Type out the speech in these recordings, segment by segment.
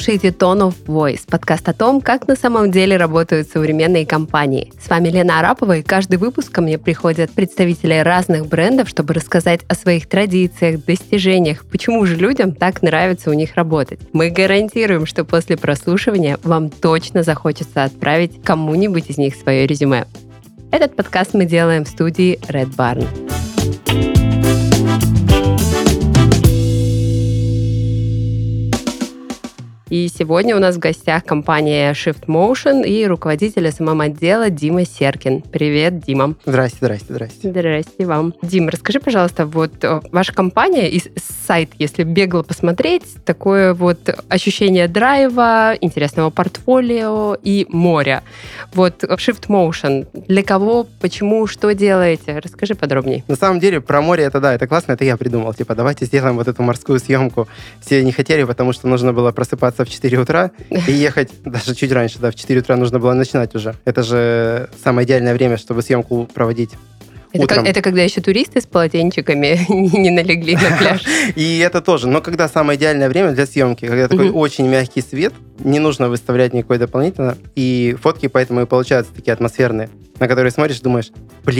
слушаете Tone of Voice, подкаст о том, как на самом деле работают современные компании. С вами Лена Арапова, и каждый выпуск ко мне приходят представители разных брендов, чтобы рассказать о своих традициях, достижениях, почему же людям так нравится у них работать. Мы гарантируем, что после прослушивания вам точно захочется отправить кому-нибудь из них свое резюме. Этот подкаст мы делаем в студии Red Barn. И сегодня у нас в гостях компания Shift Motion и руководитель СММ-отдела Дима Серкин. Привет, Дима. Здрасте. Здрасте вам. Дим, расскажи, пожалуйста, вот ваша компания и сайт, если бегло посмотреть, такое вот ощущение драйва, интересного портфолио и моря. Вот Shift Motion. Для кого, почему, что делаете? Расскажи подробнее. На самом деле, про море это классно, это я придумал. Давайте сделаем вот эту морскую съемку. Все не хотели, потому что нужно было просыпаться в 4 утра и ехать даже чуть раньше, в 4 утра нужно было начинать уже. Это же самое идеальное время, чтобы съемку проводить утром. Это когда еще туристы с полотенчиками не налегли на пляж. И это тоже. Но когда самое идеальное время для съемки, когда такой очень мягкий свет, не нужно выставлять никакой дополнительно, и фотки поэтому и получаются такие атмосферные, на которые смотришь, думаешь,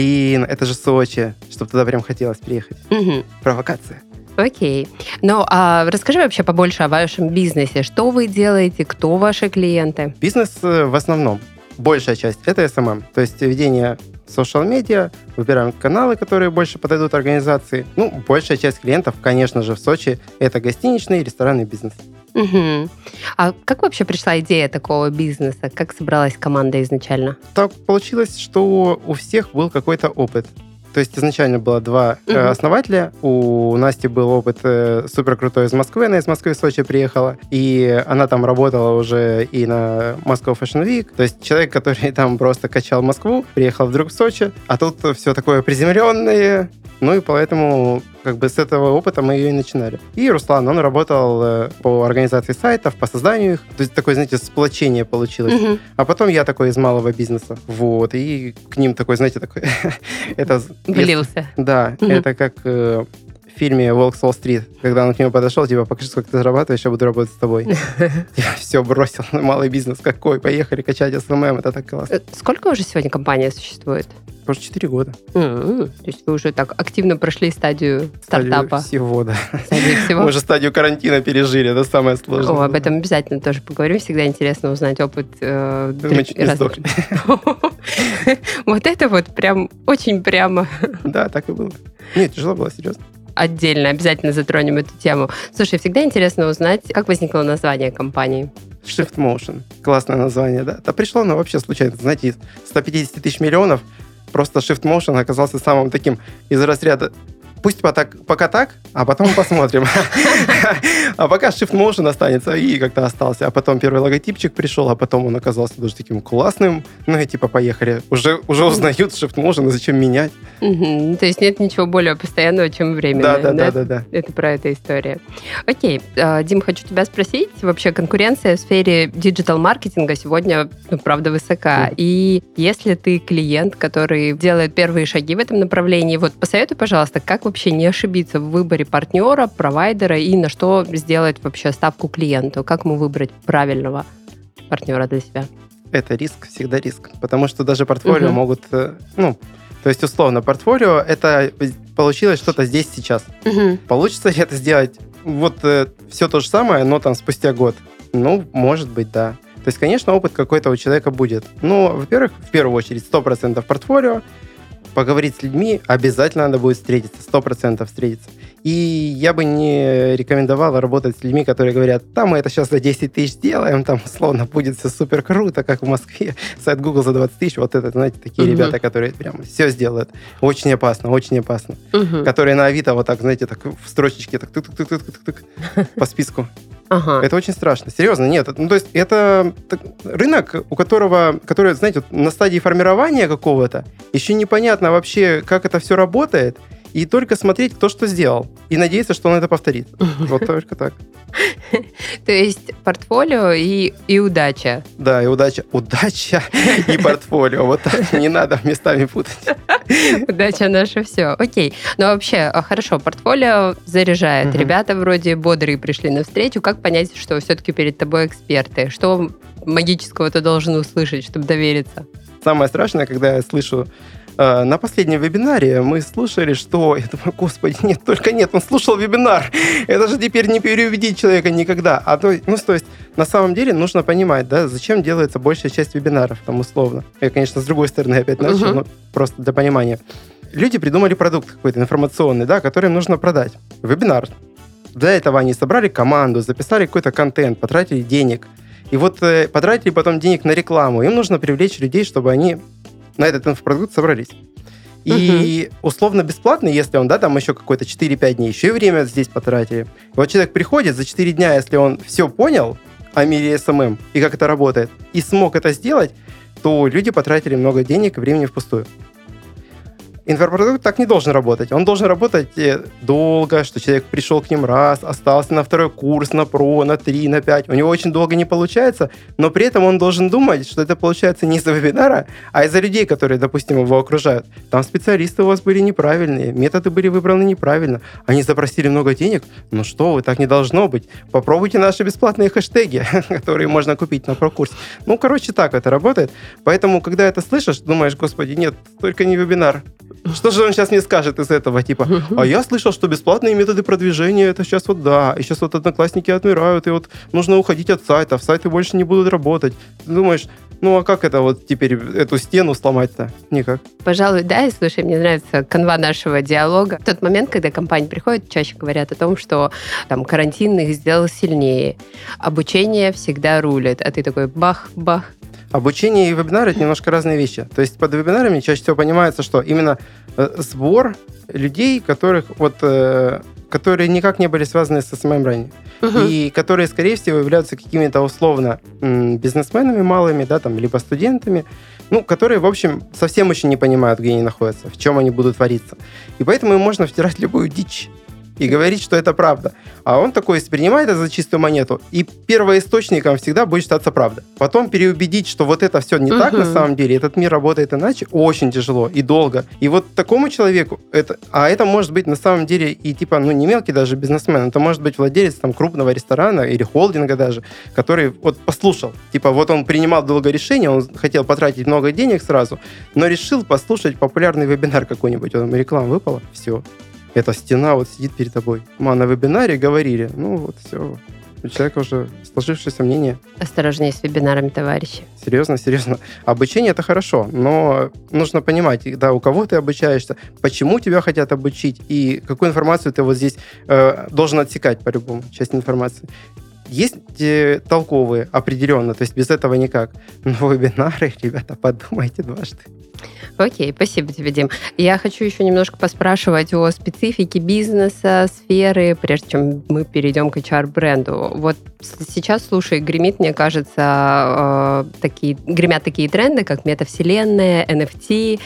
это же Сочи, чтобы туда прям хотелось приехать. Провокация. Окей. Ну, а расскажи вообще побольше о вашем бизнесе. Что вы делаете, кто ваши клиенты? Бизнес в основном, большая часть, это SMM, то есть ведение социал-медиа, выбираем каналы, которые больше подойдут организации. Большая часть клиентов, конечно же, в Сочи, это гостиничный и ресторанный бизнес. Угу. А как вообще пришла идея такого бизнеса? Как собралась команда изначально? Так получилось, что у всех был какой-то опыт. То есть изначально было два основателя. У Насти был опыт супер крутой из Москвы. Она из Москвы в Сочи приехала. И она там работала уже и на Moscow Fashion Week. То есть человек, который там просто качал Москву, приехал вдруг в Сочи. А тут все такое приземленное. И поэтому с этого опыта мы ее и начинали. И Руслан, он работал по организации сайтов, по созданию их. То есть такое, знаете, сплочение получилось. А потом я такой из малого бизнеса. И к ним такой, это... Влился. Да, это как в фильме «Волк с Уолл-стрит», когда он к нему подошел, покажи, сколько ты зарабатываешь, я буду работать с тобой. Я все бросил на малый бизнес. Поехали качать СММ, это так классно. Сколько уже сегодня компания существует? Уже 4 года. То есть вы уже так активно прошли стадию стартапа. Всего, да. Стадию всего. Мы уже стадию карантина пережили, это самое сложное. Об этом обязательно тоже поговорим. Всегда интересно узнать опыт Мы чуть не сдохли. Вот это вот прям очень прямо. Да, так и было. Нет, тяжело было, серьезно. Отдельно обязательно затронем эту тему. Слушай, всегда интересно узнать, как возникло название компании. Shift Motion. Классное название, да. Да пришло оно вообще случайно. Знаете, из 150 тысяч миллионов просто Shift Motion оказался самым таким из разряда пусть пока так, а потом посмотрим. А пока Shift Motion останется, и как-то остался. А потом первый логотипчик пришел, а потом он оказался даже таким классным. Поехали. Уже узнают Shift Motion, и зачем менять? То есть нет ничего более постоянного, чем временное. Да. Это про эту историю. Окей. Дим, хочу тебя спросить. Вообще конкуренция в сфере диджитал-маркетинга сегодня, правда, высока. И если ты клиент, который делает первые шаги в этом направлении, посоветуй, пожалуйста, как вообще не ошибиться в выборе партнера, провайдера и на что сделать вообще ставку клиенту? Как ему выбрать правильного партнера для себя? Это риск, всегда риск. Потому что даже портфолио могут... То есть, условно, портфолио — это получилось что-то здесь сейчас. Получится ли это сделать все то же самое, но спустя год? Может быть, да. То есть, конечно, опыт какой-то у человека будет. Во-первых, в первую очередь, 100% портфолио. Поговорить с людьми обязательно надо будет встретиться, 100% встретиться. И я бы не рекомендовал работать с людьми, которые говорят, мы это сейчас за 10 тысяч сделаем, условно будет все супер круто, как в Москве, сайт Google за 20 тысяч. Знаете, такие ребята, которые прям все сделают. Очень опасно, очень опасно. Которые на Авито в строчечке по списку. Это очень страшно. Серьезно, нет. То есть это рынок, который, знаете, на стадии формирования какого-то, еще непонятно вообще, как это все работает. и только смотреть, кто что сделал, и надеяться, что он это повторит. Вот только так. То есть портфолио и удача. Да, и удача. Удача и портфолио. Вот так не надо местами путать. Удача наше все. Окей. Но вообще, хорошо, портфолио заряжает. Ребята вроде бодрые пришли навстречу. Как понять, что все-таки перед тобой эксперты? Что магического ты должен услышать, чтобы довериться? Самое страшное, когда я слышу на последнем вебинаре мы слушали, что... Я думаю, господи, нет, только нет, он слушал вебинар. Это же теперь не переубедить человека никогда. То есть, на самом деле нужно понимать, да, зачем делается большая часть вебинаров, там, условно. Я, конечно, с другой стороны опять начал, но просто для понимания. Люди придумали продукт какой-то информационный, да, который им нужно продать. Вебинар. Для этого они собрали команду, записали какой-то контент, потратили денег. И вот потратили потом денег на рекламу. Им нужно привлечь людей, чтобы они на этот инфопродукт собрались. И условно бесплатно, если он, да, там еще какой-то 4-5 дней, еще и время здесь потратили. И вот человек приходит за 4 дня, если он все понял о мире SMM и как это работает, и смог это сделать, то люди потратили много денег и времени впустую. Инфопродукт так не должен работать. Он должен работать долго, что человек пришел к ним раз, остался на второй курс, на про, на 3, на 5. У него очень долго не получается, но при этом он должен думать, что это получается не из-за вебинара, а из-за людей, которые, допустим, его окружают. Там специалисты у вас были неправильные, методы были выбраны неправильно, они запросили много денег. Ну что вы, так не должно быть. Попробуйте наши бесплатные хэштеги, которые можно купить на прокурсе. Ну, короче, так это работает. Поэтому, когда это слышишь, думаешь, господи, нет, только не вебинар. Что же он сейчас мне скажет из этого? Типа, а я слышал, что бесплатные методы продвижения, это сейчас вот да, и сейчас вот одноклассники отмирают, и вот нужно уходить от сайтов, сайты больше не будут работать. Ты думаешь, ну а как это вот теперь эту стену сломать-то? Никак. Пожалуй, да, и слушай, мне нравится канва нашего диалога. В тот момент, когда компании приходят, чаще говорят о том, что там карантин их сделал сильнее. Обучение всегда рулит. А ты такой бах-бах. Обучение и вебинары – это немножко разные вещи. То есть под вебинарами чаще всего понимается, что именно сбор людей, которые никак не были связаны с SMM ранее. И которые, скорее всего, являются какими-то условно бизнесменами малыми, да, там, либо студентами, ну, которые, в общем, совсем еще не понимают, где они находятся, в чем они будут твориться. И поэтому им можно втирать любую дичь и говорить, что это правда. А он такой воспринимает это за чистую монету, и первоисточником всегда будет считаться правда. Потом переубедить, что вот это все не так на самом деле, этот мир работает иначе, очень тяжело и долго. И вот такому человеку, это может быть на самом деле и типа, ну, не мелкий даже бизнесмен, это может быть владелец там крупного ресторана или холдинга даже, который вот послушал. Типа вот он принимал долго решение, он хотел потратить много денег сразу, но решил послушать популярный вебинар какой-нибудь, вот реклама выпала, все. Эта стена вот сидит перед тобой. На вебинаре говорили, ну вот все. У человека уже сложившееся мнение. Осторожнее с вебинарами, товарищи. Серьезно. Обучение – это хорошо, но нужно понимать, да, у кого ты обучаешься, почему тебя хотят обучить, и какую информацию ты вот здесь должен отсекать по-любому, часть информации. Есть толковые, определенно, то есть без этого никак. Но вебинары, ребята, подумайте дважды. Окей, спасибо тебе, Дим. Я хочу еще немножко поспрашивать о специфике бизнеса, сферы, прежде чем мы перейдем к HR-бренду. Вот сейчас, слушай, гремит, мне кажется, гремят такие тренды, как метавселенная, NFT.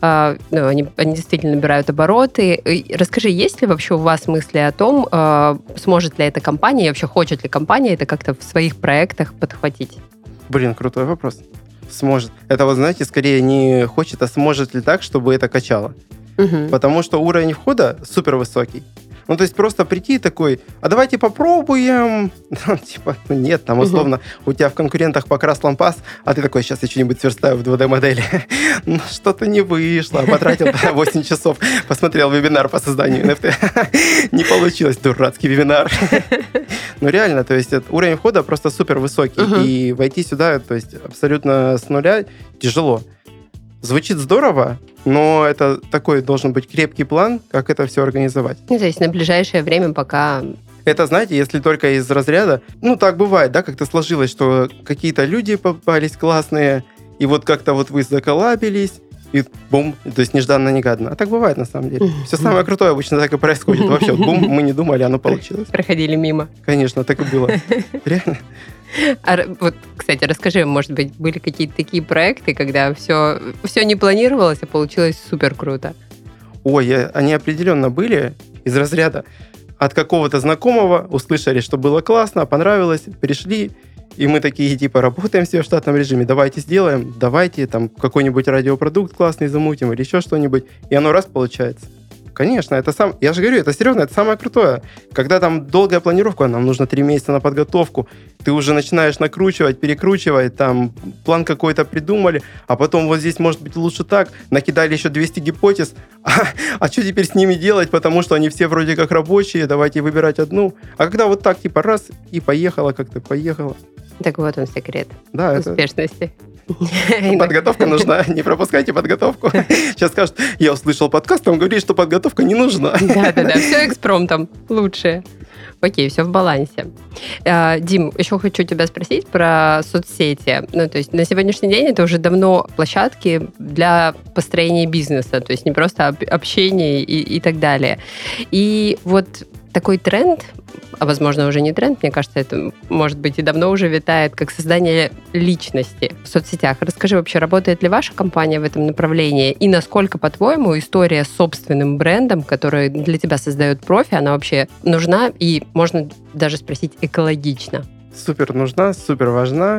Они действительно набирают обороты. Расскажи, есть ли вообще у вас мысли о том, сможет ли эта компания, и вообще хочет ли компания это как-то в своих проектах подхватить? Блин, крутой вопрос. Сможет. Это вот, знаете, скорее не хочет, а сможет ли так, чтобы это качало. Потому что уровень входа супер высокий. Ну, то есть просто прийти такой, а давайте попробуем. Типа, нет, там условно у тебя в конкурентах покрас лампас, а ты такой, сейчас я что-нибудь сверстаю в 2D-модели. Ну, что-то не вышло. Потратил 8 часов, посмотрел вебинар по созданию NFT. Не получилось, дурацкий вебинар. Ну, реально, то есть уровень входа просто супер высокий. И войти сюда, то есть абсолютно с нуля тяжело. Звучит здорово, но это такой должен быть крепкий план, как это все организовать. То есть на ближайшее время пока... Это, знаете, если только из разряда... Ну, так бывает, да, как-то сложилось, что какие-то люди попались классные, и вот как-то вот вы заколабились, и бум, то есть нежданно-негаданно. А так бывает, на самом деле. Все самое крутое обычно так и происходит. Вообще, вот бум, мы не думали, оно получилось. Проходили мимо. Конечно, так и было. Реально. А вот, кстати, расскажи, может быть, были какие-то такие проекты, когда все не планировалось, а получилось супер круто? Ой, они определенно были из разряда от какого-то знакомого, услышали, что было классно, понравилось, пришли, и мы такие, типа, работаем все в штатном режиме, давайте сделаем, давайте там какой-нибудь радиопродукт классный замутим или еще что-нибудь, и оно раз получается. Конечно, я же говорю, это серьезно, это самое крутое. Когда там долгая планировка, нам нужно 3 месяца на подготовку, ты уже начинаешь накручивать, перекручивать, там план какой-то придумали, а потом вот здесь может быть лучше так, накидали еще 200 гипотез, а что теперь с ними делать, потому что они все вроде как рабочие, давайте выбирать одну. А когда вот так, типа, раз, и поехала, как-то поехала. Так вот он секрет успешности. Подготовка нужна. Не пропускайте подготовку. Сейчас скажут, я услышал подкаст, он говорит, что подготовка не нужна. Да-да-да, все экспромтом лучше. Окей, все в балансе. Дим, еще хочу тебя спросить про соцсети. Ну, то есть на сегодняшний день это уже давно площадки для построения бизнеса, то есть не просто общения и так далее. И вот такой тренд, а возможно уже не тренд, мне кажется, это может быть и давно уже витает, как создание личности в соцсетях. Расскажи вообще, работает ли ваша компания в этом направлении? И насколько, по-твоему, история с собственным брендом, который для тебя создает профи, она вообще нужна и, можно даже спросить, экологична? Супер нужна, супер важна,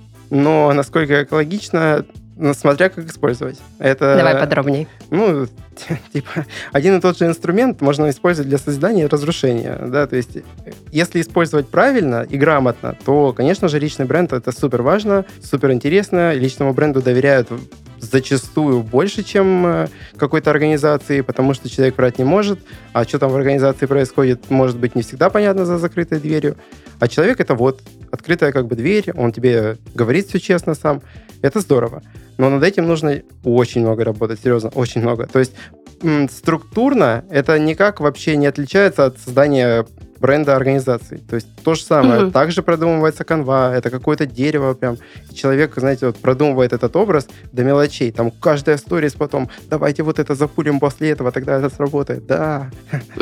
но насколько экологично, смотря как использовать. Давай подробнее. Ну, типа, один и тот же инструмент можно использовать для созидания и разрушения. Да? То есть, если использовать правильно и грамотно, то, конечно же, личный бренд — это супер важно, супер интересно. Личному бренду доверяют зачастую больше, чем какой-то организации, потому что человек врать не может, а что там в организации происходит, может быть, не всегда понятно за закрытой дверью. А человек — это вот открытая как бы дверь, он тебе говорит все честно сам. Это здорово. Но над этим нужно очень много работать, серьезно, очень много. То есть структурно это никак вообще не отличается от создания бренда организации. То есть то же самое. Также продумывается канва, это какое-то дерево прям. И человек, знаете, вот продумывает этот образ до мелочей. Там каждая сторис потом, давайте вот это запулим после этого, тогда это сработает. Да.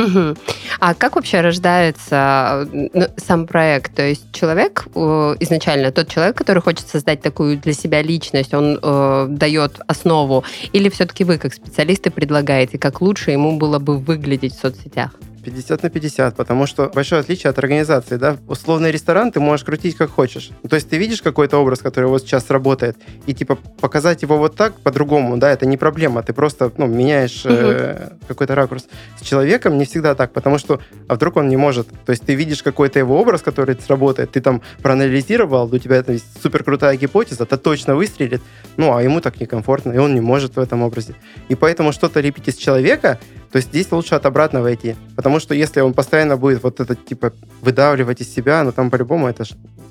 А как вообще рождается сам проект? То есть человек изначально, тот человек, который хочет создать такую для себя личность, он дает основу? Или все-таки вы, как специалисты, предлагаете, как лучше ему было бы выглядеть в соцсетях? 50/50, потому что большое отличие от организации, да, условный ресторан ты можешь крутить как хочешь. То есть ты видишь какой-то образ, который вот сейчас работает, и типа показать его вот так, по-другому, да, это не проблема, ты просто, меняешь какой-то ракурс. С человеком не всегда так, потому что, а вдруг он не может, то есть ты видишь какой-то его образ, который сработает, ты там проанализировал, у тебя это супер крутая гипотеза, это точно выстрелит, а ему так некомфортно, и он не может в этом образе. И поэтому что-то лепить из человека, то есть здесь лучше от обратного идти. Потому что если он постоянно будет вот это, типа, выдавливать из себя, там по-любому это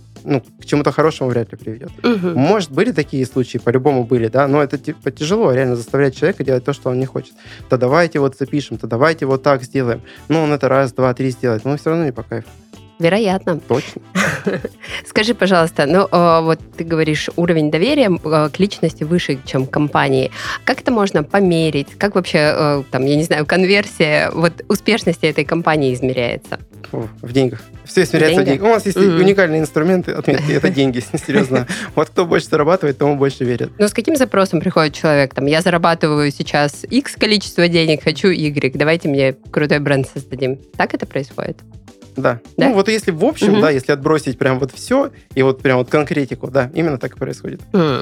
к чему-то хорошему вряд ли приведет. Может, были такие случаи, по-любому были, да, но это, типа, тяжело реально заставлять человека делать то, что он не хочет. То давайте вот запишем, то давайте вот так сделаем. Он это раз, два, три сделает, но все равно не по кайфу. Вероятно. Точно. Скажи, пожалуйста, вот ты говоришь, уровень доверия к личности выше, чем к компании. Как это можно померить? Как вообще, я не знаю, конверсия успешности этой компании измеряется? В деньгах. Все измеряется в деньгах. У нас есть уникальные инструменты отметки, это деньги, серьезно. Вот кто больше зарабатывает, тому больше верит. С каким запросом приходит человек? Я зарабатываю сейчас X количество денег, хочу Y, давайте мне крутой бренд создадим. Так это происходит? Да. Если в общем, если отбросить прям вот все, и вот прям вот конкретику, да, именно так и происходит.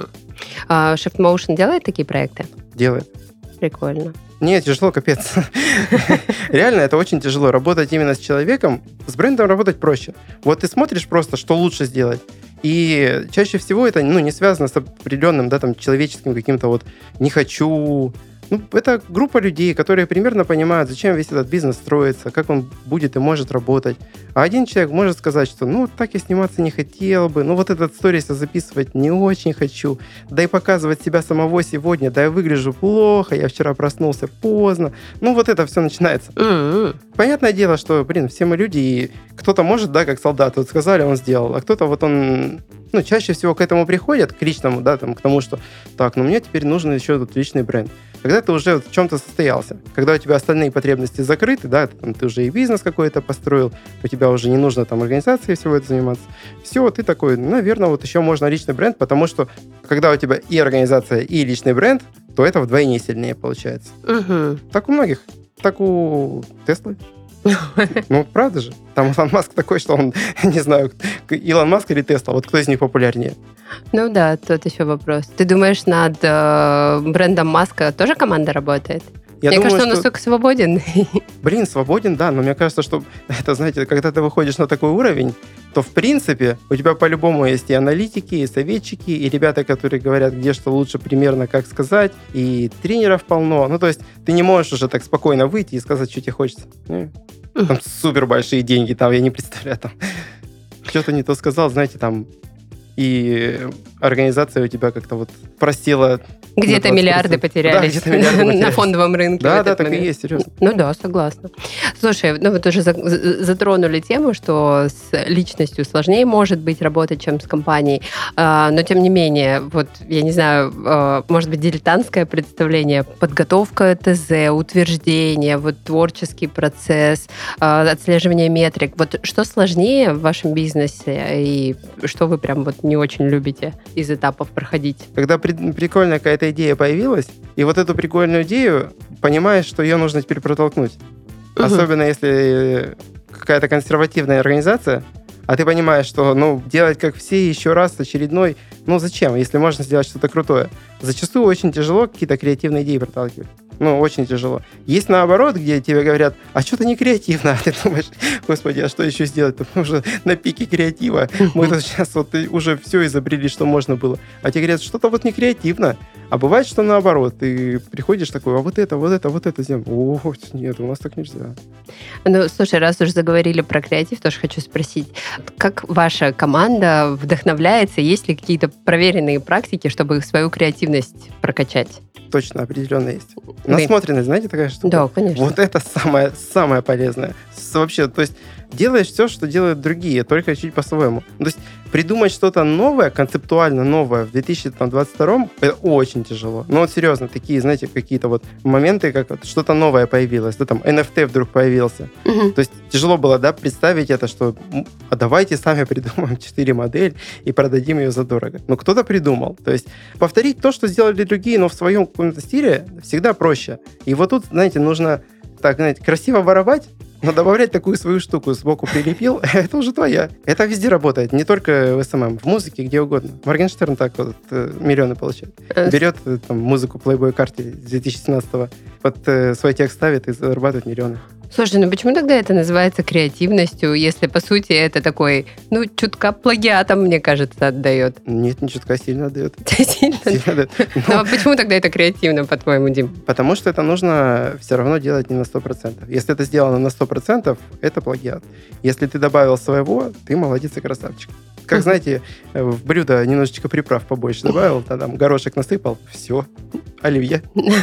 Shift Motion делает такие проекты? Делает. Прикольно. Нет, тяжело, капец. Реально, это очень тяжело. Работать именно с человеком, с брендом работать проще. Вот ты смотришь просто, что лучше сделать. И чаще всего это не связано с определенным, человеческим каким-то «не хочу». Это группа людей, которые примерно понимают, зачем весь этот бизнес строится, как он будет и может работать. А один человек может сказать, что так я сниматься не хотел бы, этот сторис я записывать не очень хочу, да и показывать себя самого сегодня, да я выгляжу плохо, я вчера проснулся поздно. Это все начинается. Понятное дело, что, все мы люди, и кто-то может, как солдат, сказали, он сделал, а кто-то он... чаще всего к этому приходят, к личному, к тому, что мне теперь нужен еще тут личный бренд. Когда ты уже в чем-то состоялся, когда у тебя остальные потребности закрыты, ты уже и бизнес какой-то построил, у тебя уже не нужно организацией всего это заниматься. Все, ты такой, наверное, еще можно личный бренд, потому что когда у тебя и организация, и личный бренд, то это вдвойне сильнее получается. Так у многих. Так у Теслы. Ну, правда же? Там Илон Маск такой, что он, не знаю, Илон Маск или Тесла, вот кто из них популярнее? Ну да, тут еще вопрос. Ты думаешь, над брендом Маска тоже команда работает? Мне кажется, он настолько свободен. Блин, свободен, да, но мне кажется, что это, знаете, когда ты выходишь на такой уровень, то, в принципе, у тебя по-любому есть и аналитики, и советчики, и ребята, которые говорят, где что лучше примерно, как сказать, и тренеров полно. Ну, то есть ты не можешь уже так спокойно выйти и сказать, что тебе хочется. Там супер большие деньги, там, я не представляю, там, что-то не то сказал, знаете, там, и организация у тебя как-то вот просела. Где-то миллиарды потерялись, да, где-то миллиарды потерялись на фондовом рынке. Да, так и есть, серьезно. Ну да, согласна. Слушай, ну вы тоже затронули тему, что с личностью сложнее может быть работать, чем с компанией, но тем не менее, вот, я не знаю, может быть, дилетантское представление, подготовка ТЗ, утверждение, вот творческий процесс, отслеживание метрик. Вот что сложнее в вашем бизнесе и что вы прям вот не очень любите из этапов проходить? Когда прикольная какая-то идея появилась, и вот эту прикольную идею понимаешь, что ее нужно теперь протолкнуть. Особенно если какая-то консервативная организация, а ты понимаешь, что, ну, делать как все еще раз очередной, ну, зачем, если можно сделать что-то крутое? Зачастую очень тяжело какие-то креативные идеи проталкивать. Ну, очень тяжело. Есть наоборот, где тебе говорят, а что-то не креативно, а ты думаешь, господи, а что еще сделать? Мы уже на пике креатива. Мы тут сейчас вот уже все изобрели, что можно было. А тебе говорят, что-то вот не креативно. А бывает, что наоборот. Ты приходишь такой, а вот это сделаем. О, нет, у нас так нельзя. Ну, слушай, раз уж заговорили про креатив, тоже хочу спросить, как ваша команда вдохновляется? Есть ли какие-то проверенные практики, чтобы свою креативность прокачать? Точно, определенно есть. Насмотренность, знаете, такая штука? Да, конечно. Вот это самое полезное. Вообще, то есть делаешь все, что делают другие, только чуть по-своему. То есть придумать что-то новое, концептуально новое в 2022 это очень тяжело. Ну вот серьезно, такие, знаете, какие-то вот моменты, как вот что-то новое появилось, да, там NFT вдруг появился. То есть тяжело было, да, представить это, что а давайте сами придумаем 4 модели и продадим ее задорого. Но кто-то придумал. То есть повторить то, что сделали другие, но в своем каком-то стиле всегда проще. И вот тут, знаете, нужно так, знаете, красиво воровать, но добавлять такую свою штуку сбоку прилепил, это уже твоя. Это везде работает, не только в СММ, в музыке, где угодно. Моргенштерн так вот миллионы получает. Берет там музыку Playboy Carti 2017-го, под свой текст ставит и зарабатывает миллионы. Слушай, ну почему тогда это называется креативностью, если, по сути, это такой, ну, чутка плагиатом, мне кажется, отдает? Нет, не чутка, сильно отдает. Сильно отдает? Ну, а почему тогда это креативно, по-твоему, Дим? Потому что это нужно все равно делать не на 100%. Если это сделано на 100%, это плагиат. Если ты добавил своего, ты молодец и красавчик. Как, знаете, в блюдо немножечко приправ побольше добавил, там горошек насыпал, все, оливье.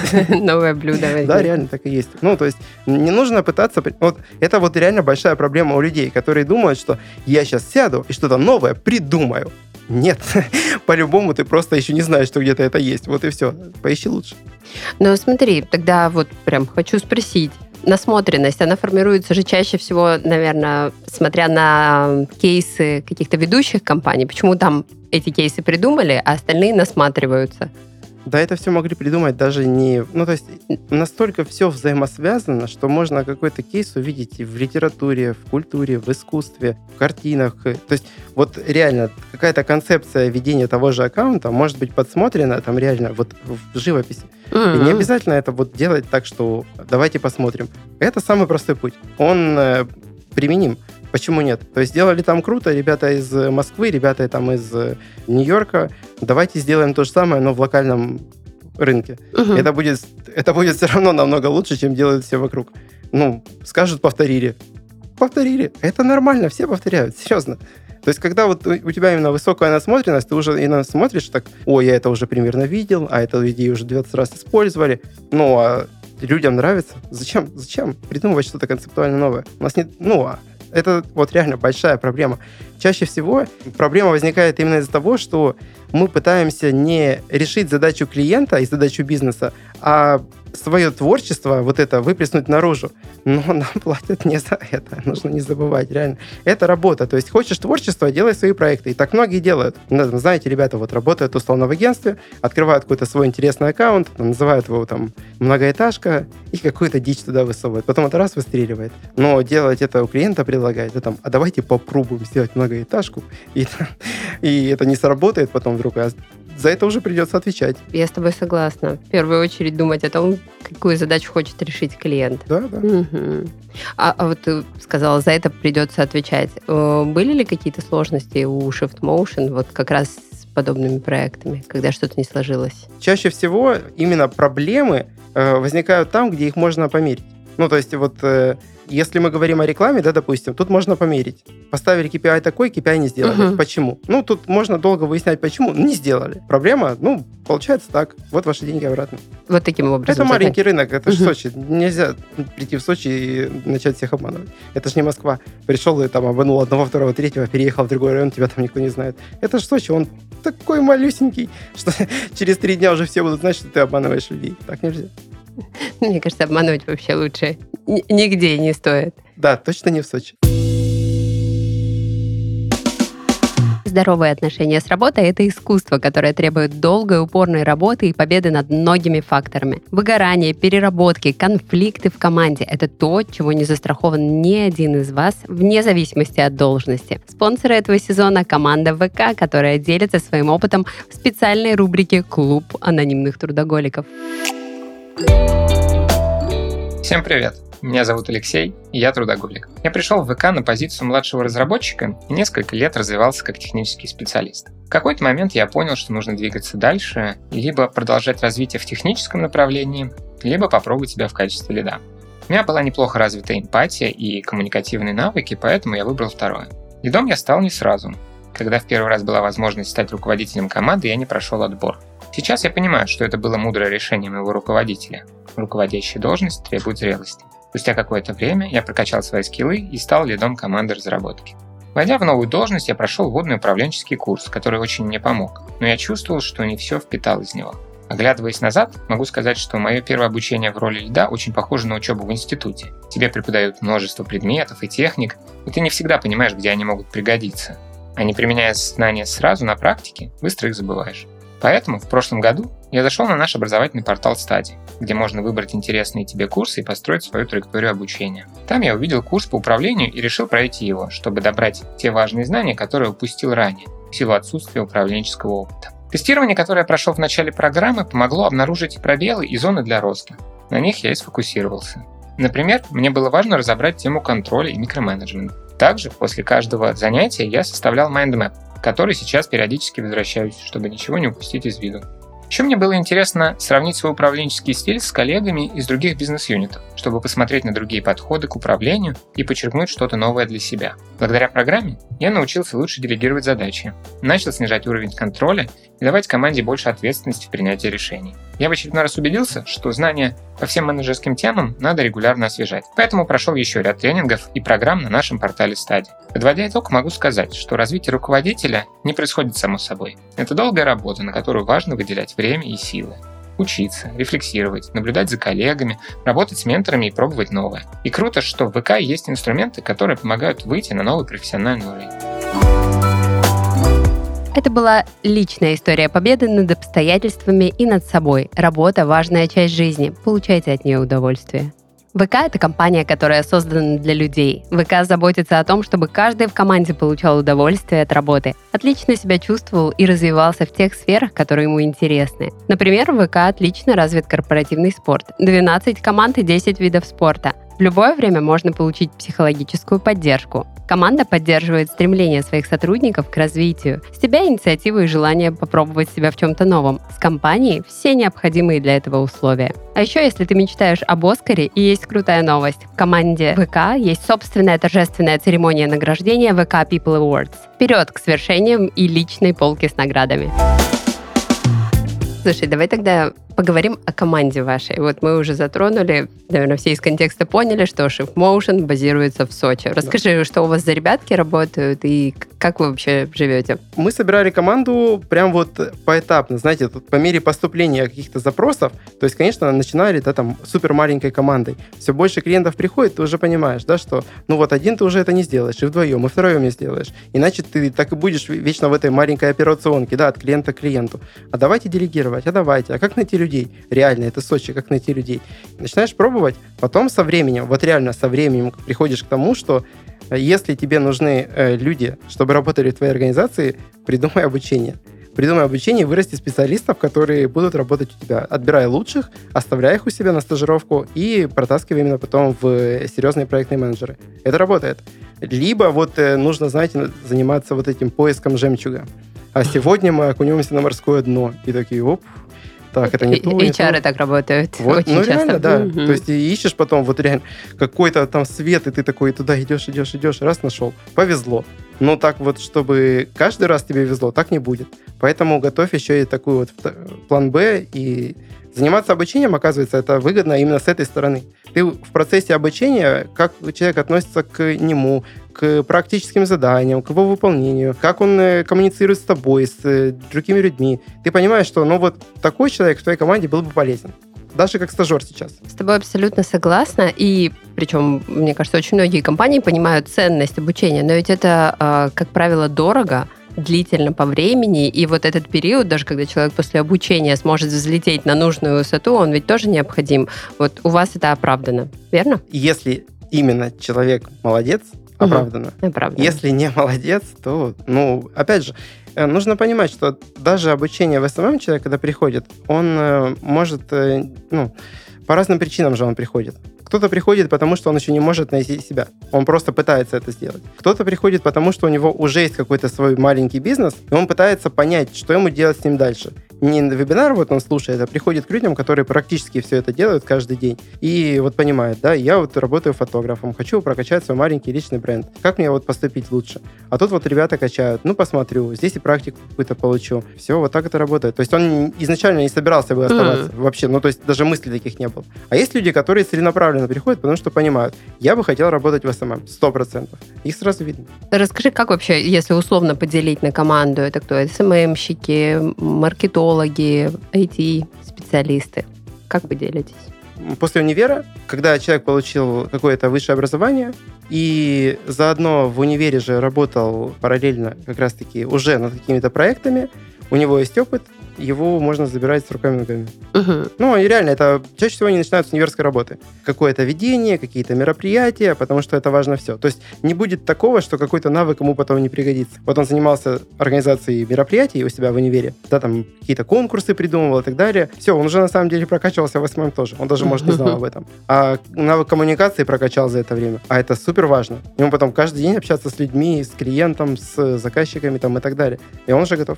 Новое блюдо. Да, реально так и есть. Ну, то есть не нужно пытаться... Вот это вот реально большая проблема у людей, которые думают, что я сейчас сяду и что-то новое придумаю. Нет, по-любому ты просто еще не знаешь, что где-то это есть. Вот и все. Поищи лучше. Ну, смотри, тогда вот прям хочу спросить. Насмотренность, она формируется же чаще всего, наверное, смотря на кейсы каких-то ведущих компаний. Почему там эти кейсы придумали, а остальные насматриваются? Да, это все могли придумать даже не... Ну, то есть настолько все взаимосвязано, что можно какой-то кейс увидеть и в литературе, в культуре, в искусстве, в картинах. То есть вот реально какая-то концепция ведения того же аккаунта может быть подсмотрена там реально вот в живописи. И не обязательно это вот делать так, что давайте посмотрим. Это самый простой путь. Он применим. Почему нет? То есть сделали там круто, ребята из Москвы, ребята там из Нью-Йорка. Давайте сделаем то же самое, но в локальном рынке. Это будет все равно намного лучше, чем делают все вокруг. Ну, скажут, повторили. Повторили. Это нормально, все повторяют, серьезно. То есть, когда вот у тебя именно высокая насмотренность, ты уже и смотришь так, ой, я это уже примерно видел, а эту идею уже 20 раз использовали. Ну, а людям нравится. Зачем придумывать что-то концептуально новое? У нас нет... это вот реально большая проблема. Чаще всего проблема возникает именно из-за того, что мы пытаемся не решить задачу клиента и задачу бизнеса, а свое творчество, вот это, выплеснуть наружу. Но нам платят не за это. Нужно не забывать, реально. Это работа. То есть хочешь творчество, делай свои проекты. И так многие делают. Знаете, ребята вот работают условно в агентстве, открывают какой-то свой интересный аккаунт, называют его там многоэтажка и какую-то дичь туда высовывают. Потом это раз выстреливает. Но делать это у клиента предлагает. Да, там, а давайте попробуем сделать многоэтажку. И это не сработает потом вдруг, а за это уже придется отвечать. Я с тобой согласна. В первую очередь думать о том, какую задачу хочет решить клиент. Да. Угу. А вот ты сказала, за это придется отвечать. Были ли какие-то сложности у Shift Motion вот как раз с подобными проектами, когда что-то не сложилось? Чаще всего именно проблемы возникают там, где их можно померить. Ну, то есть вот если мы говорим о рекламе, да, допустим, тут можно померить. Поставили KPI такой, KPI не сделали. Почему? Ну, тут можно долго выяснять, почему. Не сделали. Проблема, получается так. Вот ваши деньги обратно. Вот таким образом. Это маленький рынок, это же Сочи. Нельзя прийти в Сочи и начать всех обманывать. Это же не Москва. Пришел и там обманул одного, второго, третьего, переехал в другой район, тебя там никто не знает. Это же Сочи, он такой малюсенький, что через 3 дня уже все будут знать, что ты обманываешь людей. Так нельзя. Мне кажется, обманывать вообще лучше нигде не стоит. Да, точно не в Сочи. Здоровые отношения с работой – это искусство, которое требует долгой, упорной работы и победы над многими факторами. Выгорание, переработки, конфликты в команде – это то, от чего не застрахован ни один из вас, вне зависимости от должности. Спонсоры этого сезона – команда ВК, которая делится своим опытом в специальной рубрике «Клуб анонимных трудоголиков». Всем привет! Меня зовут Алексей, и я трудоголик. Я пришел в ВК на позицию младшего разработчика и несколько лет развивался как технический специалист. В какой-то момент я понял, что нужно двигаться дальше и либо продолжать развитие в техническом направлении, либо попробовать себя в качестве лида. У меня была неплохо развита эмпатия и коммуникативные навыки, поэтому я выбрал второе. Лидом я стал не сразу. Когда в первый раз была возможность стать руководителем команды, я не прошел отбор. Сейчас я понимаю, что это было мудрое решение моего руководителя. Руководящая должность требует зрелости. Спустя какое-то время я прокачал свои скиллы и стал лидом команды разработки. Войдя в новую должность, я прошел вводный управленческий курс, который очень мне помог, но я чувствовал, что не все впитал из него. Оглядываясь назад, могу сказать, что мое первое обучение в роли лида очень похоже на учебу в институте. Тебе преподают множество предметов и техник, и ты не всегда понимаешь, где они могут пригодиться. А не применяя знания сразу на практике, быстро их забываешь. Поэтому в прошлом году я зашел на наш образовательный портал Study, где можно выбрать интересные тебе курсы и построить свою траекторию обучения. Там я увидел курс по управлению и решил пройти его, чтобы добрать те важные знания, которые упустил ранее, в силу отсутствия управленческого опыта. Тестирование, которое я прошел в начале программы, помогло обнаружить пробелы и зоны для роста. На них я и сфокусировался. Например, мне было важно разобрать тему контроля и микроменеджмента. Также после каждого занятия я составлял майндмэп, в который сейчас периодически возвращаюсь, чтобы ничего не упустить из виду. Еще мне было интересно сравнить свой управленческий стиль с коллегами из других бизнес-юнитов, чтобы посмотреть на другие подходы к управлению и подчеркнуть что-то новое для себя. Благодаря программе я научился лучше делегировать задачи, начал снижать уровень контроля и давать команде больше ответственности в принятии решений. Я в очередной раз убедился, что знания по всем менеджерским темам надо регулярно освежать. Поэтому прошел еще ряд тренингов и программ на нашем портале Study. Подводя итог, могу сказать, что развитие руководителя не происходит само собой. Это долгая работа, на которую важно выделять время и силы. Учиться, рефлексировать, наблюдать за коллегами, работать с менторами и пробовать новое. И круто, что в ВК есть инструменты, которые помогают выйти на новый профессиональный уровень. Это была личная история победы над обстоятельствами и над собой. Работа – важная часть жизни. Получайте от нее удовольствие. ВК – это компания, которая создана для людей. ВК заботится о том, чтобы каждый в команде получал удовольствие от работы, отлично себя чувствовал и развивался в тех сферах, которые ему интересны. Например, в ВК отлично развит корпоративный спорт. 12 команд и 10 видов спорта. В любое время можно получить психологическую поддержку. Команда поддерживает стремление своих сотрудников к развитию. С тебя инициатива и желание попробовать себя в чем-то новом. С компанией все необходимые для этого условия. А еще, если ты мечтаешь об Оскаре, и есть крутая новость. В команде ВК есть собственная торжественная церемония награждения ВК People Awards. Вперед к свершениям и личной полке с наградами. Слушай, давай тогда Поговорим о команде вашей. Вот мы уже затронули, наверное, все из контекста поняли, что ShiftMotion базируется в Сочи. Расскажи, что у вас за ребятки работают и как вы вообще живете? Мы собирали команду прям вот поэтапно, знаете, тут по мере поступления каких-то запросов. То есть, конечно, начинали, да, там, супер маленькой командой. Все больше клиентов приходит, ты уже понимаешь, да, что, ну вот один ты уже это не сделаешь, и вдвоем, и втроем не сделаешь. Иначе ты так и будешь вечно в этой маленькой операционке, да, от клиента к клиенту. А давайте делегировать, а как найти людей? Реально, это Сочи, как найти людей? Начинаешь пробовать, потом со временем, вот реально со временем приходишь к тому, что если тебе нужны люди, чтобы работали в твоей организации, придумай обучение. Придумай обучение, вырасти специалистов, которые будут работать у тебя. Отбирай лучших, оставляй их у себя на стажировку и протаскивай именно потом в серьезные проектные менеджеры. Это работает. Либо вот нужно, знаете, заниматься вот этим поиском жемчуга. А сегодня мы окунемся на морское дно. И такие, оп, так, это не то. HR так работают вот, очень ну, часто. реально, да. То есть ты ищешь потом вот реально какой-то там свет, и ты такой туда идешь, раз нашел. Повезло. Но так вот, чтобы каждый раз тебе везло, так не будет. Поэтому готовь еще и такой вот план Б. И заниматься обучением, оказывается, это выгодно именно с этой стороны. Ты в процессе обучения, как человек относится к нему, к практическим заданиям, к его выполнению, как он коммуницирует с тобой, с другими людьми. Ты понимаешь, что ну вот такой человек в твоей команде был бы полезен. Даже как стажер сейчас. С тобой абсолютно согласна. И причем, мне кажется, очень многие компании понимают ценность обучения, но ведь это, как правило, дорого, длительно по времени, и вот этот период, даже когда человек после обучения сможет взлететь на нужную высоту, он ведь тоже необходим. Вот у вас это оправдано, верно? Если именно человек молодец, оправдано. Оправдано. Если не молодец, то, ну, опять же, нужно понимать, что даже обучение в СММ человек, когда приходит, он может, ну, по разным причинам же он приходит. Кто-то приходит, потому что он еще не может найти себя. Он просто пытается это сделать. Кто-то приходит, потому что у него уже есть какой-то свой маленький бизнес, и он пытается понять, что ему делать с ним дальше. Не вебинар вот он слушает, а приходит к людям, которые практически все это делают каждый день. И вот понимает, да, я вот работаю фотографом, хочу прокачать свой маленький личный бренд. Как мне вот поступить лучше? А тут вот ребята качают, ну, посмотрю, здесь и практику какую-то получу. Все, вот так это работает. То есть он изначально не собирался бы оставаться вообще, ну, то есть даже мыслей таких не было. А есть люди, которые целенаправленно приходят, потому что понимают, я бы хотел работать в СММ, 100%. Их сразу видно. Расскажи, как вообще, если условно поделить на команду, это кто? СММщики, маркетологи, IT-специалисты. Как вы делитесь? После универа, когда человек получил какое-то высшее образование и заодно в универе же работал параллельно как раз-таки уже над какими-то проектами, у него есть опыт, его можно забирать с руками и ногами. Ну, и реально, это чаще всего они начинают с универской работы. Какое-то ведение, какие-то мероприятия, потому что это важно все. То есть не будет такого, что какой-то навык ему потом не пригодится. Вот он занимался организацией мероприятий у себя в универе, да, там какие-то конкурсы придумывал и так далее. Все, он уже на самом деле прокачивался в СММ тоже. Он даже, может, не знал об этом. А навык коммуникации прокачал за это время. А это супер важно. Ему потом каждый день общаться с людьми, с клиентом, с заказчиками там, и так далее. И он уже готов.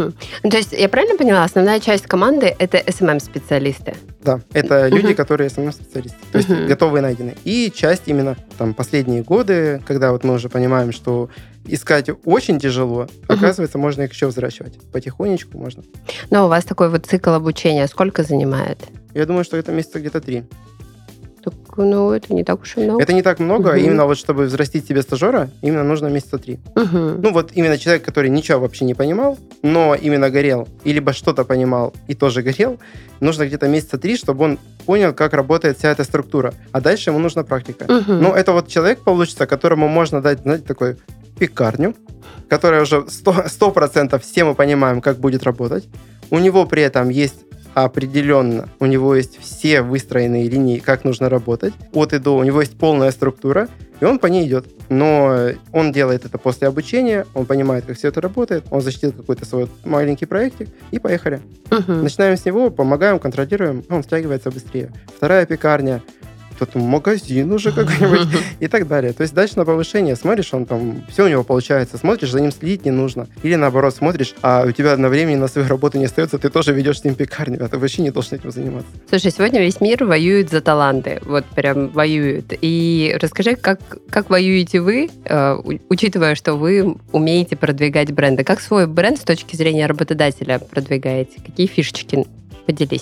То есть я правильно поняла, основная часть команды — это SMM-специалисты? Да, это люди, которые SMM-специалисты, то есть готовые, найдены. И часть именно там последние годы, когда вот мы уже понимаем, что искать очень тяжело, оказывается, можно их еще взращивать. Потихонечку можно. Но у вас такой вот цикл обучения сколько занимает? Я думаю, что это месяца где-то 3. Так, ну, это не так уж и много. Это не так много, именно вот чтобы взрастить себе стажера, именно нужно месяца 3. Ну, вот именно человек, который ничего вообще не понимал, но именно горел, и либо что-то понимал и тоже горел, нужно где-то месяца 3, чтобы он понял, как работает вся эта структура. А дальше ему нужна практика. Ну, это вот человек получится, которому можно дать, знаете, такой пекарню, которая уже 100% все мы понимаем, как будет работать. У него при этом есть определенно, у него есть все выстроенные линии, как нужно работать. От и до, у него есть полная структура, и он по ней идет. Но он делает это после обучения, он понимает, как все это работает, он защитил какой-то свой маленький проектик, и поехали. Начинаем с него, помогаем, контролируем, он стягивается быстрее. Вторая пекарня, кто-то магазин уже какой-нибудь и так далее. То есть дальше на повышение смотришь, он там, все у него получается, смотришь, за ним следить не нужно. Или наоборот, смотришь, а у тебя на времени на свою работу не остается, ты тоже ведешь с ним пекарню, а ты вообще не должен этим заниматься. Слушай, сегодня весь мир воюет за таланты, вот прям воюет. И расскажи, как воюете вы, учитывая, что вы умеете продвигать бренды? Как свой бренд с точки зрения работодателя продвигаете? Какие фишечки? Поделись.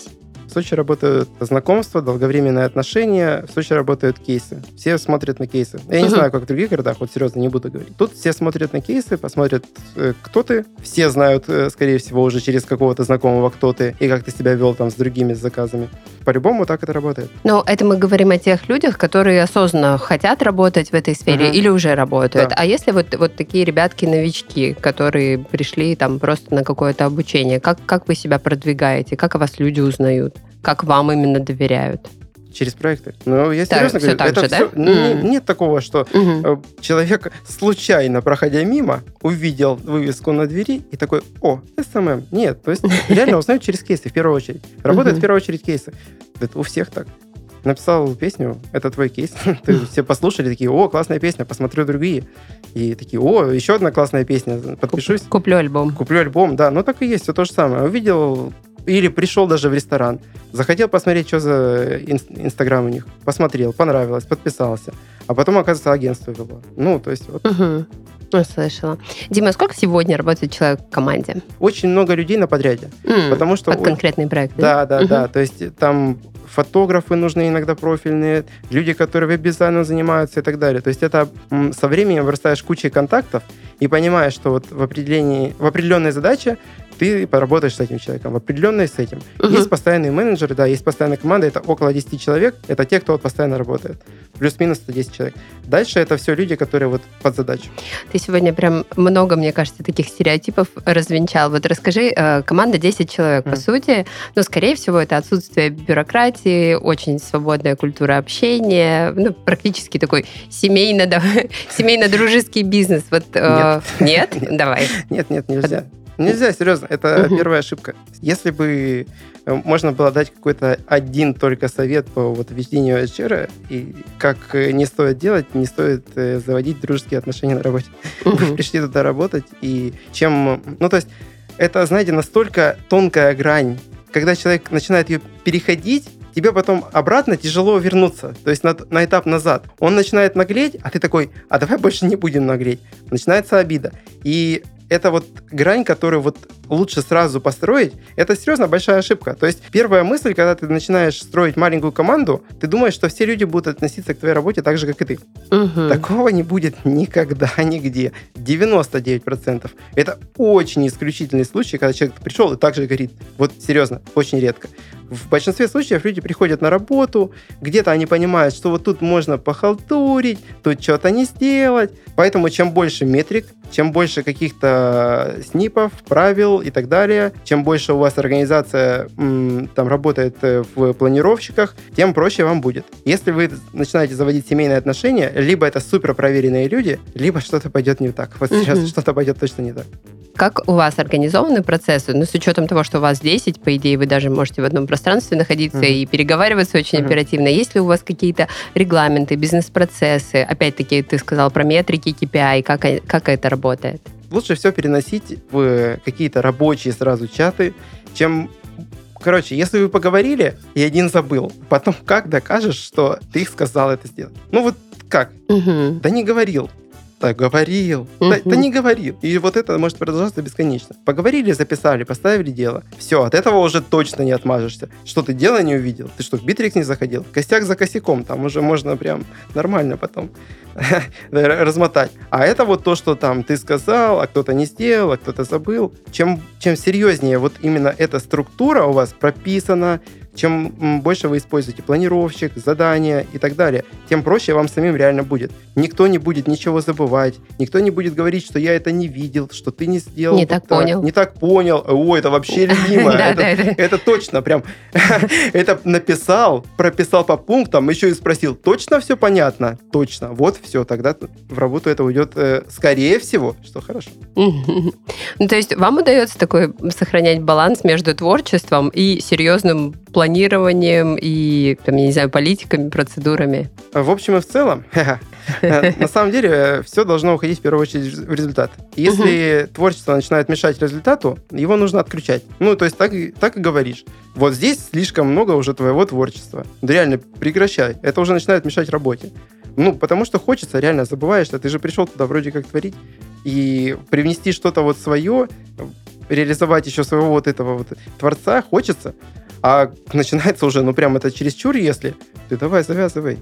В Сочи работают знакомства, долговременные отношения, в Сочи работают кейсы. Все смотрят на кейсы. Я не знаю, как в других городах, вот серьезно, не буду говорить. Тут все смотрят на кейсы, посмотрят, кто ты. Все знают, скорее всего, уже через какого-то знакомого, кто ты и как ты себя вел там с другими заказами. По-любому так это работает. Но это мы говорим о тех людях, которые осознанно хотят работать в этой сфере или уже работают. Да. А если вот такие ребятки-новички, которые пришли там просто на какое-то обучение, как вы себя продвигаете? Как о вас люди узнают? Как вам именно доверяют? Через проекты. Ну, я серьезно говорю, это все, да? Нет такого, что человек, случайно проходя мимо, увидел вывеску на двери и такой: о, СММ. Нет, то есть реально узнают через кейсы в первую очередь. Работают в первую очередь кейсы. Это у всех так. Написал песню, это твой кейс. Все послушали, такие: о, классная песня, посмотрю другие. И такие: о, еще одна классная песня, подпишусь. Куплю альбом. Куплю альбом, да. Ну, так и есть, все то же самое. Увидел или пришел даже в ресторан, захотел посмотреть, что за Инстаграм у них. Посмотрел, понравилось, подписался. А потом, оказывается, агентство вело. Ну, то есть вот. Слышала. Дима, сколько сегодня работает человек в команде? Очень много людей на подряде. Потому что под конкретный проект, да? Да. То есть там фотографы нужны иногда профильные, люди, которые веб-дизайном занимаются и так далее. То есть это со временем вырастаешь кучей контактов и понимаешь, что вот в определенной задаче ты поработаешь с этим человеком, в определенной с этим. Есть постоянные менеджеры, да, есть постоянная команда, это около 10 человек, это те, кто вот постоянно работает. Плюс-минус 110 человек. Дальше это все люди, которые вот под задачу. Ты сегодня прям много, мне кажется, таких стереотипов развенчал. Вот расскажи, команда 10 человек, по сути, но, скорее всего, это отсутствие бюрократии, очень свободная культура общения, ну, практически такой семейно-дружеский бизнес. Вот, нет? Давай. Нет, нельзя. Нельзя, серьезно, это первая ошибка. Если бы можно было дать какой-то один только совет по вот ведению HR, и как не стоит делать, не стоит заводить дружеские отношения на работе. Вы пришли туда работать, и чем... Ну, то есть, это, знаете, настолько тонкая грань, когда человек начинает ее переходить, тебе потом обратно тяжело вернуться, то есть на этап назад. Он начинает наглеть, а ты такой: а давай больше не будем наглеть. Начинается обида. И это вот грань, которую вот лучше сразу построить, это серьезно большая ошибка. То есть первая мысль, когда ты начинаешь строить маленькую команду, ты думаешь, что все люди будут относиться к твоей работе так же, как и ты. Такого не будет никогда, нигде. 99%. Это очень исключительный случай, когда человек пришел и так же говорит. Вот серьезно, очень редко. В большинстве случаев люди приходят на работу, где-то они понимают, что вот тут можно похалтурить, тут что-то не сделать. Поэтому чем больше метрик, чем больше каких-то снипов, правил и так далее, чем больше у вас организация там работает в планировщиках, тем проще вам будет. Если вы начинаете заводить семейные отношения, либо это супер проверенные люди, либо что-то пойдет не так. Вот сейчас что-то пойдет точно не так. Как у вас организованы процессы? Ну, с учетом того, что у вас 10, по идее, вы даже можете в одном пространстве находиться и переговариваться очень оперативно. Есть ли у вас какие-то регламенты, бизнес-процессы? Опять-таки, ты сказал про метрики, KPI. Как это работает? Лучше все переносить в какие-то рабочие сразу чаты, чем... Короче, если вы поговорили, и один забыл, потом как докажешь, что ты сказал это сделать? Ну вот как? Да не говорил. Да, говорил. Да не говорил. И вот это может продолжаться бесконечно. Поговорили, записали, поставили дело. Все, от этого уже точно не отмажешься. Что ты дело не увидел? Ты что, в Битрикс не заходил? Костяк за косяком. Там уже можно прям нормально потом размотать. А это вот то, что там ты сказал, а кто-то не сделал, а кто-то забыл. Чем серьезнее вот именно эта структура у вас прописана, чем больше вы используете планировщик, задания и так далее, тем проще вам самим реально будет. Никто не будет ничего забывать, никто не будет говорить, что я это не видел, что ты не сделал. Не так понял. Не так понял. О, это вообще любимое. Это точно, прям это написал, прописал по пунктам, еще и спросил, точно все понятно? Точно. Вот все, тогда в работу это уйдет скорее всего, что хорошо. Ну, то есть вам удается такой сохранять баланс между творчеством и серьезным планированием и, там, я не знаю, политиками, процедурами? В общем и в целом, на самом деле, все должно уходить в первую очередь в результат. Если творчество начинает мешать результату, его нужно отключать. Ну, то есть так и говоришь. Вот здесь слишком много уже твоего творчества. Да реально, прекращай. Это уже начинает мешать работе. Ну, потому что хочется, реально забываешь, что ты же пришел туда вроде как творить, и привнести что-то вот свое, реализовать еще своего вот этого вот творца хочется, А начинается уже, прям это чересчур, если ты давай, завязывай.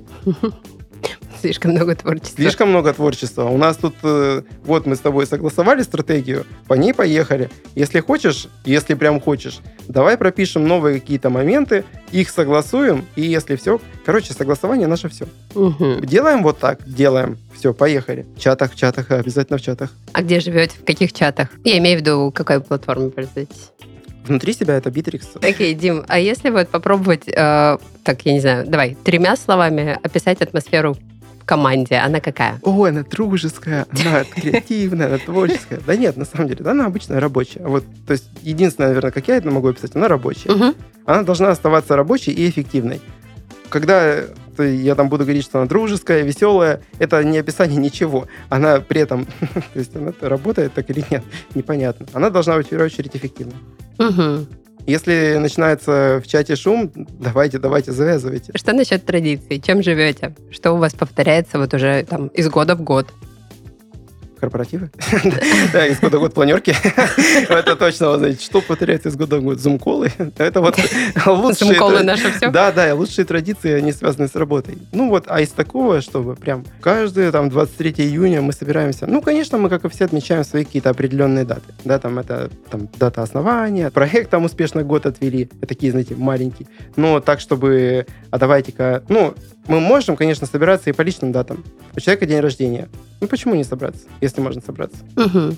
Слишком много творчества. Слишком много творчества. У нас тут, вот мы с тобой согласовали стратегию, по ней поехали. Если хочешь, если прям хочешь, давай пропишем новые какие-то моменты, их согласуем, и если все... Короче, согласование наше все. Угу. Делаем вот так, делаем. Все, поехали. В чатах, обязательно в чатах. А где живете? В каких чатах? Я имею в виду, какой платформе пользуетесь? Внутри себя это Bittrex. Окей, Дим, а если вот попробовать, так, я не знаю, давай, 3 словами описать атмосферу в команде, она какая? Ой, она дружеская, она креативная, она творческая. Да нет, на самом деле, она обычная рабочая. Вот, то есть, единственное, наверное, как я это могу описать, она рабочая. Угу. Она должна оставаться рабочей и эффективной. Когда я там буду говорить, что она дружеская, веселая, это не описание ничего. Она при этом, то есть она работает так или нет, непонятно. Она должна быть в первую очередь эффективной. Угу. Если начинается в чате шум, давайте, завязывайте. Что насчет традиций? Чем живете? Что у вас повторяется вот уже там из года в год? Корпоративы? Да, из года в год планерки. Это точно, знаете, что повторяется из года в год? Зум-колы. Это вот лучшие... Зум-колы наше все? Да, лучшие традиции, они связаны с работой. А из такого, чтобы прям каждый 23 июня мы собираемся. Конечно, мы, как и все, отмечаем свои какие-то определенные даты. Да, это дата основания, проект там успешно год отвели. Такие, знаете, маленькие. Но так, чтобы... А давайте-ка... Мы можем, конечно, собираться и по личным датам. У человека день рождения. Почему не собраться, если можно собраться? Угу.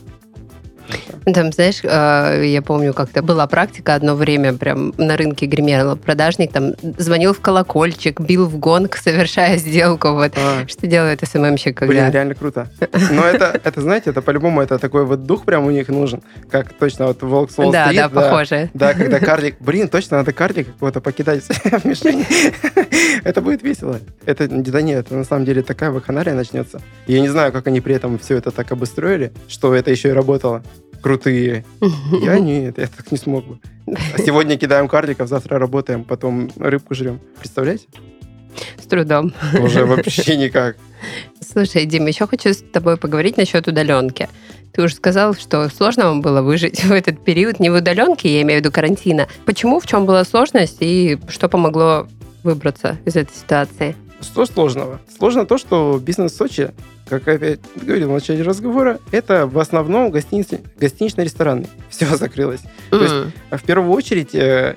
Там, знаешь, я помню, как-то была практика, одно время прям на рынке гремел продажник, там звонил в колокольчик, бил в гонг, совершая сделку. Вот. Что делает СММщик, когда... Блин, реально круто. Но это, знаете, это по-любому, это такой вот дух прям у них нужен, как точно вот Волк с Уолл-стрит. Да, похоже. Да, когда карлик... Блин, точно надо карлика какого-то покидать в мишени. Это будет весело. Это на самом деле такая вакханалия начнется. Я не знаю, как они при этом все это так обустроили, что это еще и работало. Крутые. Я так не смог бы. А сегодня кидаем карликов, завтра работаем, потом рыбку жрем. Представляете? С трудом. Уже вообще никак. Слушай, Дим, еще хочу с тобой поговорить насчет удаленки. Ты уже сказал, что сложно вам было выжить в этот период, не в удаленке, я имею в виду карантина. Почему, в чем была сложность и что помогло выбраться из этой ситуации? Что сложного? Сложно то, что бизнес в Сочи, как я опять говорил в начале разговора, это в основном гостинично-ресторанный. Все закрылось. То есть, в первую очередь,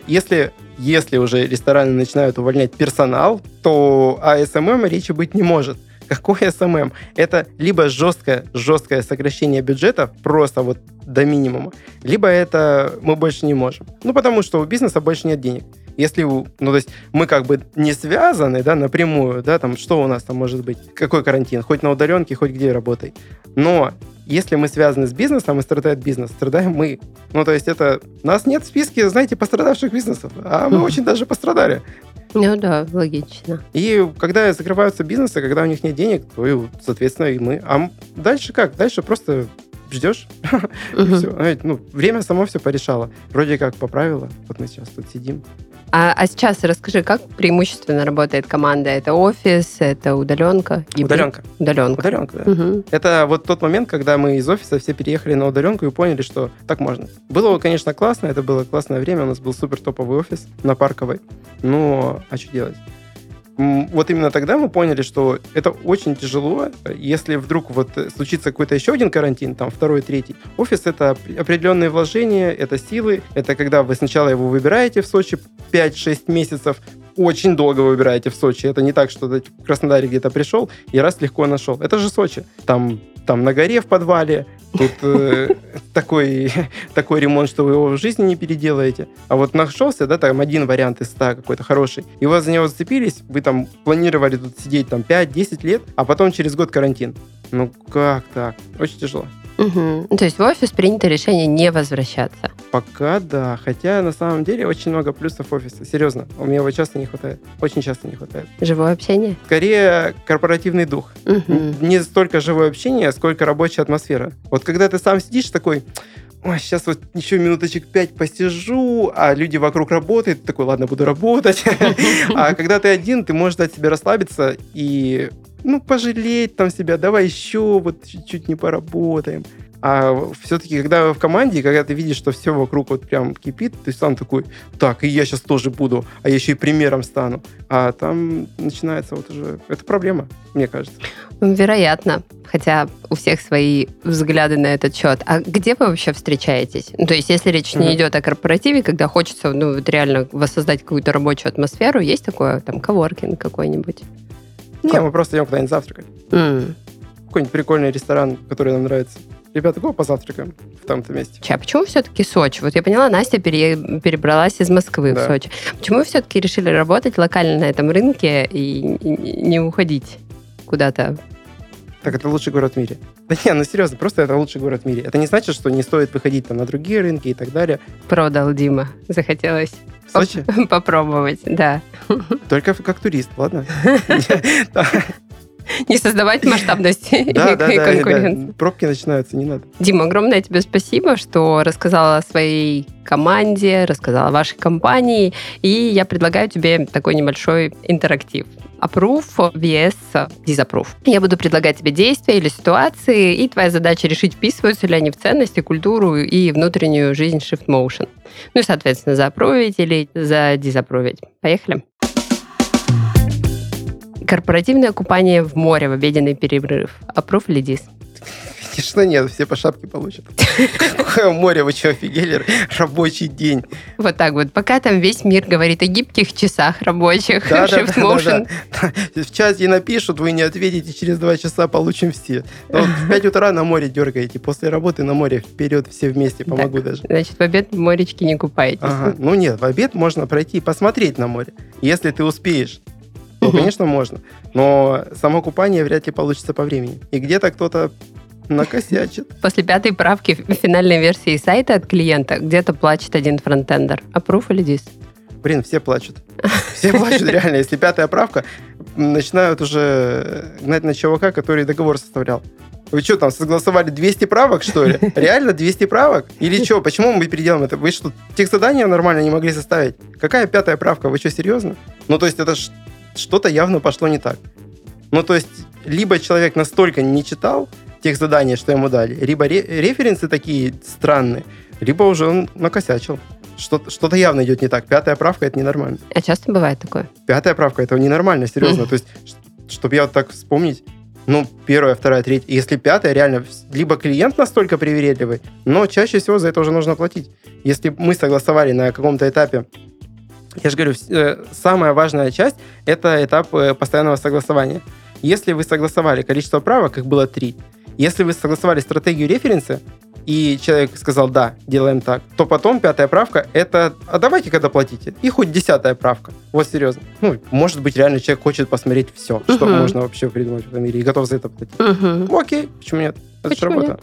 если уже рестораны начинают увольнять персонал, то о СММ речи быть не может. Какой СММ? Это либо жесткое сокращение бюджета, просто вот до минимума, либо это мы больше не можем. Потому что у бизнеса больше нет денег. Если, то есть мы как бы не связаны, да, напрямую, да, там, что у нас там может быть? Какой карантин? Хоть на удаленке, хоть где работай. Но если мы связаны с бизнесом и страдает бизнес, страдаем мы. То есть это... Нас нет в списке, знаете, пострадавших бизнесов, а мы очень даже пострадали. Да, логично. И когда закрываются бизнесы, когда у них нет денег, то, соответственно, и мы. А дальше как? Дальше просто ждешь. Все. Время само все порешало. Вроде как поправило. Вот мы сейчас тут сидим. А сейчас расскажи, как преимущественно работает команда? Это офис, это удаленка? Удаленка. Удаленка, да. Угу. Это вот тот момент, когда мы из офиса все переехали на удаленку и поняли, что так можно. Было, конечно, классно, это было классное время, у нас был супер топовый офис на Парковой. А что делать? Вот именно тогда мы поняли, что это очень тяжело, если вдруг случится какой-то еще один карантин, там, 2-й, 3-й. Офис — это определенные вложения, это силы, это когда вы сначала его выбираете в Сочи 5-6 месяцев, очень долго выбираете в Сочи. Это не так, что ты в Краснодаре где-то пришел и раз легко нашел. Это же Сочи. Там на горе в подвале, тут такой ремонт, что вы его в жизни не переделаете. А вот нашелся, да, там один вариант из 100 какой-то хороший, и вы за него зацепились, вы там планировали тут сидеть там 5-10 лет, а потом через год карантин. Как так? Очень тяжело. Угу. То есть в офис принято решение не возвращаться? Пока да. Хотя на самом деле очень много плюсов офиса. Серьезно. У меня его часто не хватает. Очень часто не хватает. Живое общение? Скорее корпоративный дух. Угу. Не столько живое общение, сколько рабочая атмосфера. Вот когда ты сам сидишь такой... Ой, сейчас вот еще минуточек 5 посижу, а люди вокруг работают, ты такой, ладно, буду работать. А когда ты один, ты можешь дать себе расслабиться и, пожалеть там себя, давай еще вот чуть-чуть не поработаем. А все-таки, когда вы в команде, когда ты видишь, что все вокруг вот прям кипит, ты сам такой, так, и я сейчас тоже буду, а я еще и примером стану. А там начинается вот уже... Это проблема, мне кажется. Вероятно. Хотя у всех свои взгляды на этот счет. А где вы вообще встречаетесь? Ну, то есть, если речь не идет о корпоративе, когда хочется, ну, вот реально воссоздать какую-то рабочую атмосферу, есть такое, там, коворкинг какой-нибудь? Не, мы просто идем куда-нибудь завтракать. Какой-нибудь прикольный ресторан, который нам нравится. Ребята, го позавтракаем в том-то месте. А почему все-таки Сочи? Вот я поняла, Настя перебралась из Москвы в Сочи. Почему вы все-таки решили работать локально на этом рынке и не уходить куда-то? Так, это лучший город в мире. Да не, ну серьезно, просто это лучший город в мире. Это не значит, что не стоит выходить там на другие рынки и так далее. Продал Дима. Захотелось в Сочи? Попробовать, да. Только как турист, ладно? Не создавать масштабность и конкуренцию. Да. Пробки начинаются, не надо. Дима, огромное тебе спасибо, что рассказала о своей команде, рассказала о вашей компании, и я предлагаю тебе такой небольшой интерактив. Approve vs disapprove. Я буду предлагать тебе действия или ситуации, и твоя задача решить, вписываются ли они в ценности, культуру и внутреннюю жизнь Shift Motion. Ну и, соответственно, заапрувить или задизапрувить. Поехали? Корпоративное купание в море в обеденный перерыв. Approve или dis? Конечно, нет, все по шапке получат. Какое море, вы что, офигели? Рабочий день. Вот так вот. Пока там весь мир говорит о гибких часах рабочих, Shift Motion. В чате напишут, вы не ответите, через 2 часа получим все. В 5 утра на море дергаете, после работы на море вперед все вместе, помогу даже. Значит, в обед в моречке не купаетесь. Ну нет, в обед можно пройти и посмотреть на море. Если ты успеешь, то, конечно, можно. Но само купание вряд ли получится по времени. И где-то кто-то накосячит. После 5-й правки в финальной версии сайта от клиента где-то плачет один фронтендер. Approve или dis? Блин, все плачут. Все плачут, реально. Если 5-я правка, начинают уже гнать на чувака, который договор составлял. Вы что, там согласовали 200 правок, что ли? Реально 200 правок? Или что? Почему мы переделаем это? Вы что, техзадания нормально не могли составить? Какая 5-я правка? Вы что, серьезно? Ну, то есть это что-то явно пошло не так. Ну, то есть, либо человек настолько не читал тех заданий, что ему дали, либо референсы такие странные, либо уже он накосячил. Что-то явно идет не так. 5-я правка – это ненормально. А часто бывает такое? 5-я правка – это ненормально, серьезно. То есть, чтобы я вот так вспомнить, ну, 1-я, 2-я, 3-я. Если 5-я, реально, либо клиент настолько привередливый, но чаще всего за это уже нужно платить. Если мы согласовали на каком-то этапе, я же говорю, самая важная часть – это этап постоянного согласования. Если вы согласовали количество правок, их было 3. Если вы согласовали стратегию референса, и человек сказал, да, делаем так, то потом 5-я правка – это, а давайте когда платите. И хоть 10-я правка. Вот серьезно. Ну, может быть, реально человек хочет посмотреть все, что можно вообще придумать в этом мире, и готов за это платить. Ну, окей, почему нет? Это же работа.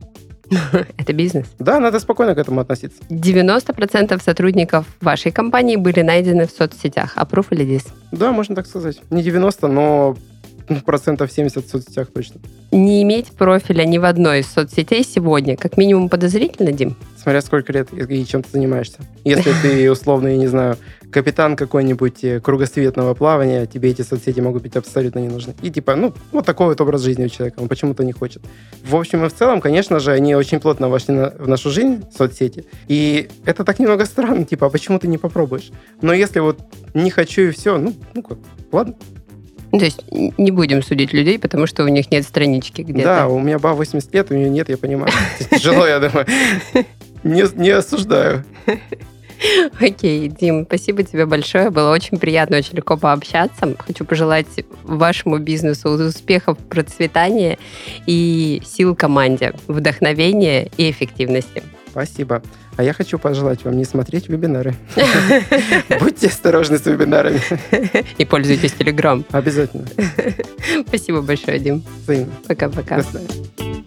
Это бизнес. Да, надо спокойно к этому относиться. 90% сотрудников вашей компании были найдены в соцсетях. Approve или dis? Да, можно так сказать. Не 90, но процентов 70 в соцсетях точно. Не иметь профиля ни в одной из соцсетей сегодня как минимум подозрительно, Дим? Смотря сколько лет и чем ты занимаешься. Если ты, условно, я не знаю, капитан какой-нибудь кругосветного плавания, тебе эти соцсети могут быть абсолютно не нужны. И типа, ну, вот такой вот образ жизни у человека, он почему-то не хочет. В общем и в целом, конечно же, они очень плотно вошли в нашу жизнь, соцсети, и это так немного странно, типа, а почему ты не попробуешь? Но если вот не хочу и все, ну как, ладно. То есть не будем судить людей, потому что у них нет странички где-то. Да, у меня ба 80 лет, у нее нет, я понимаю. Тяжело, я думаю. Не осуждаю. Окей, Дим, спасибо тебе большое. Было очень приятно, очень легко пообщаться. Хочу пожелать вашему бизнесу успехов, процветания и сил команде, вдохновения и эффективности. Спасибо. А я хочу пожелать вам не смотреть вебинары. Будьте осторожны с вебинарами. И пользуйтесь Telegram. Обязательно. Спасибо большое, Дим. Взаимно. Пока-пока. До свидания.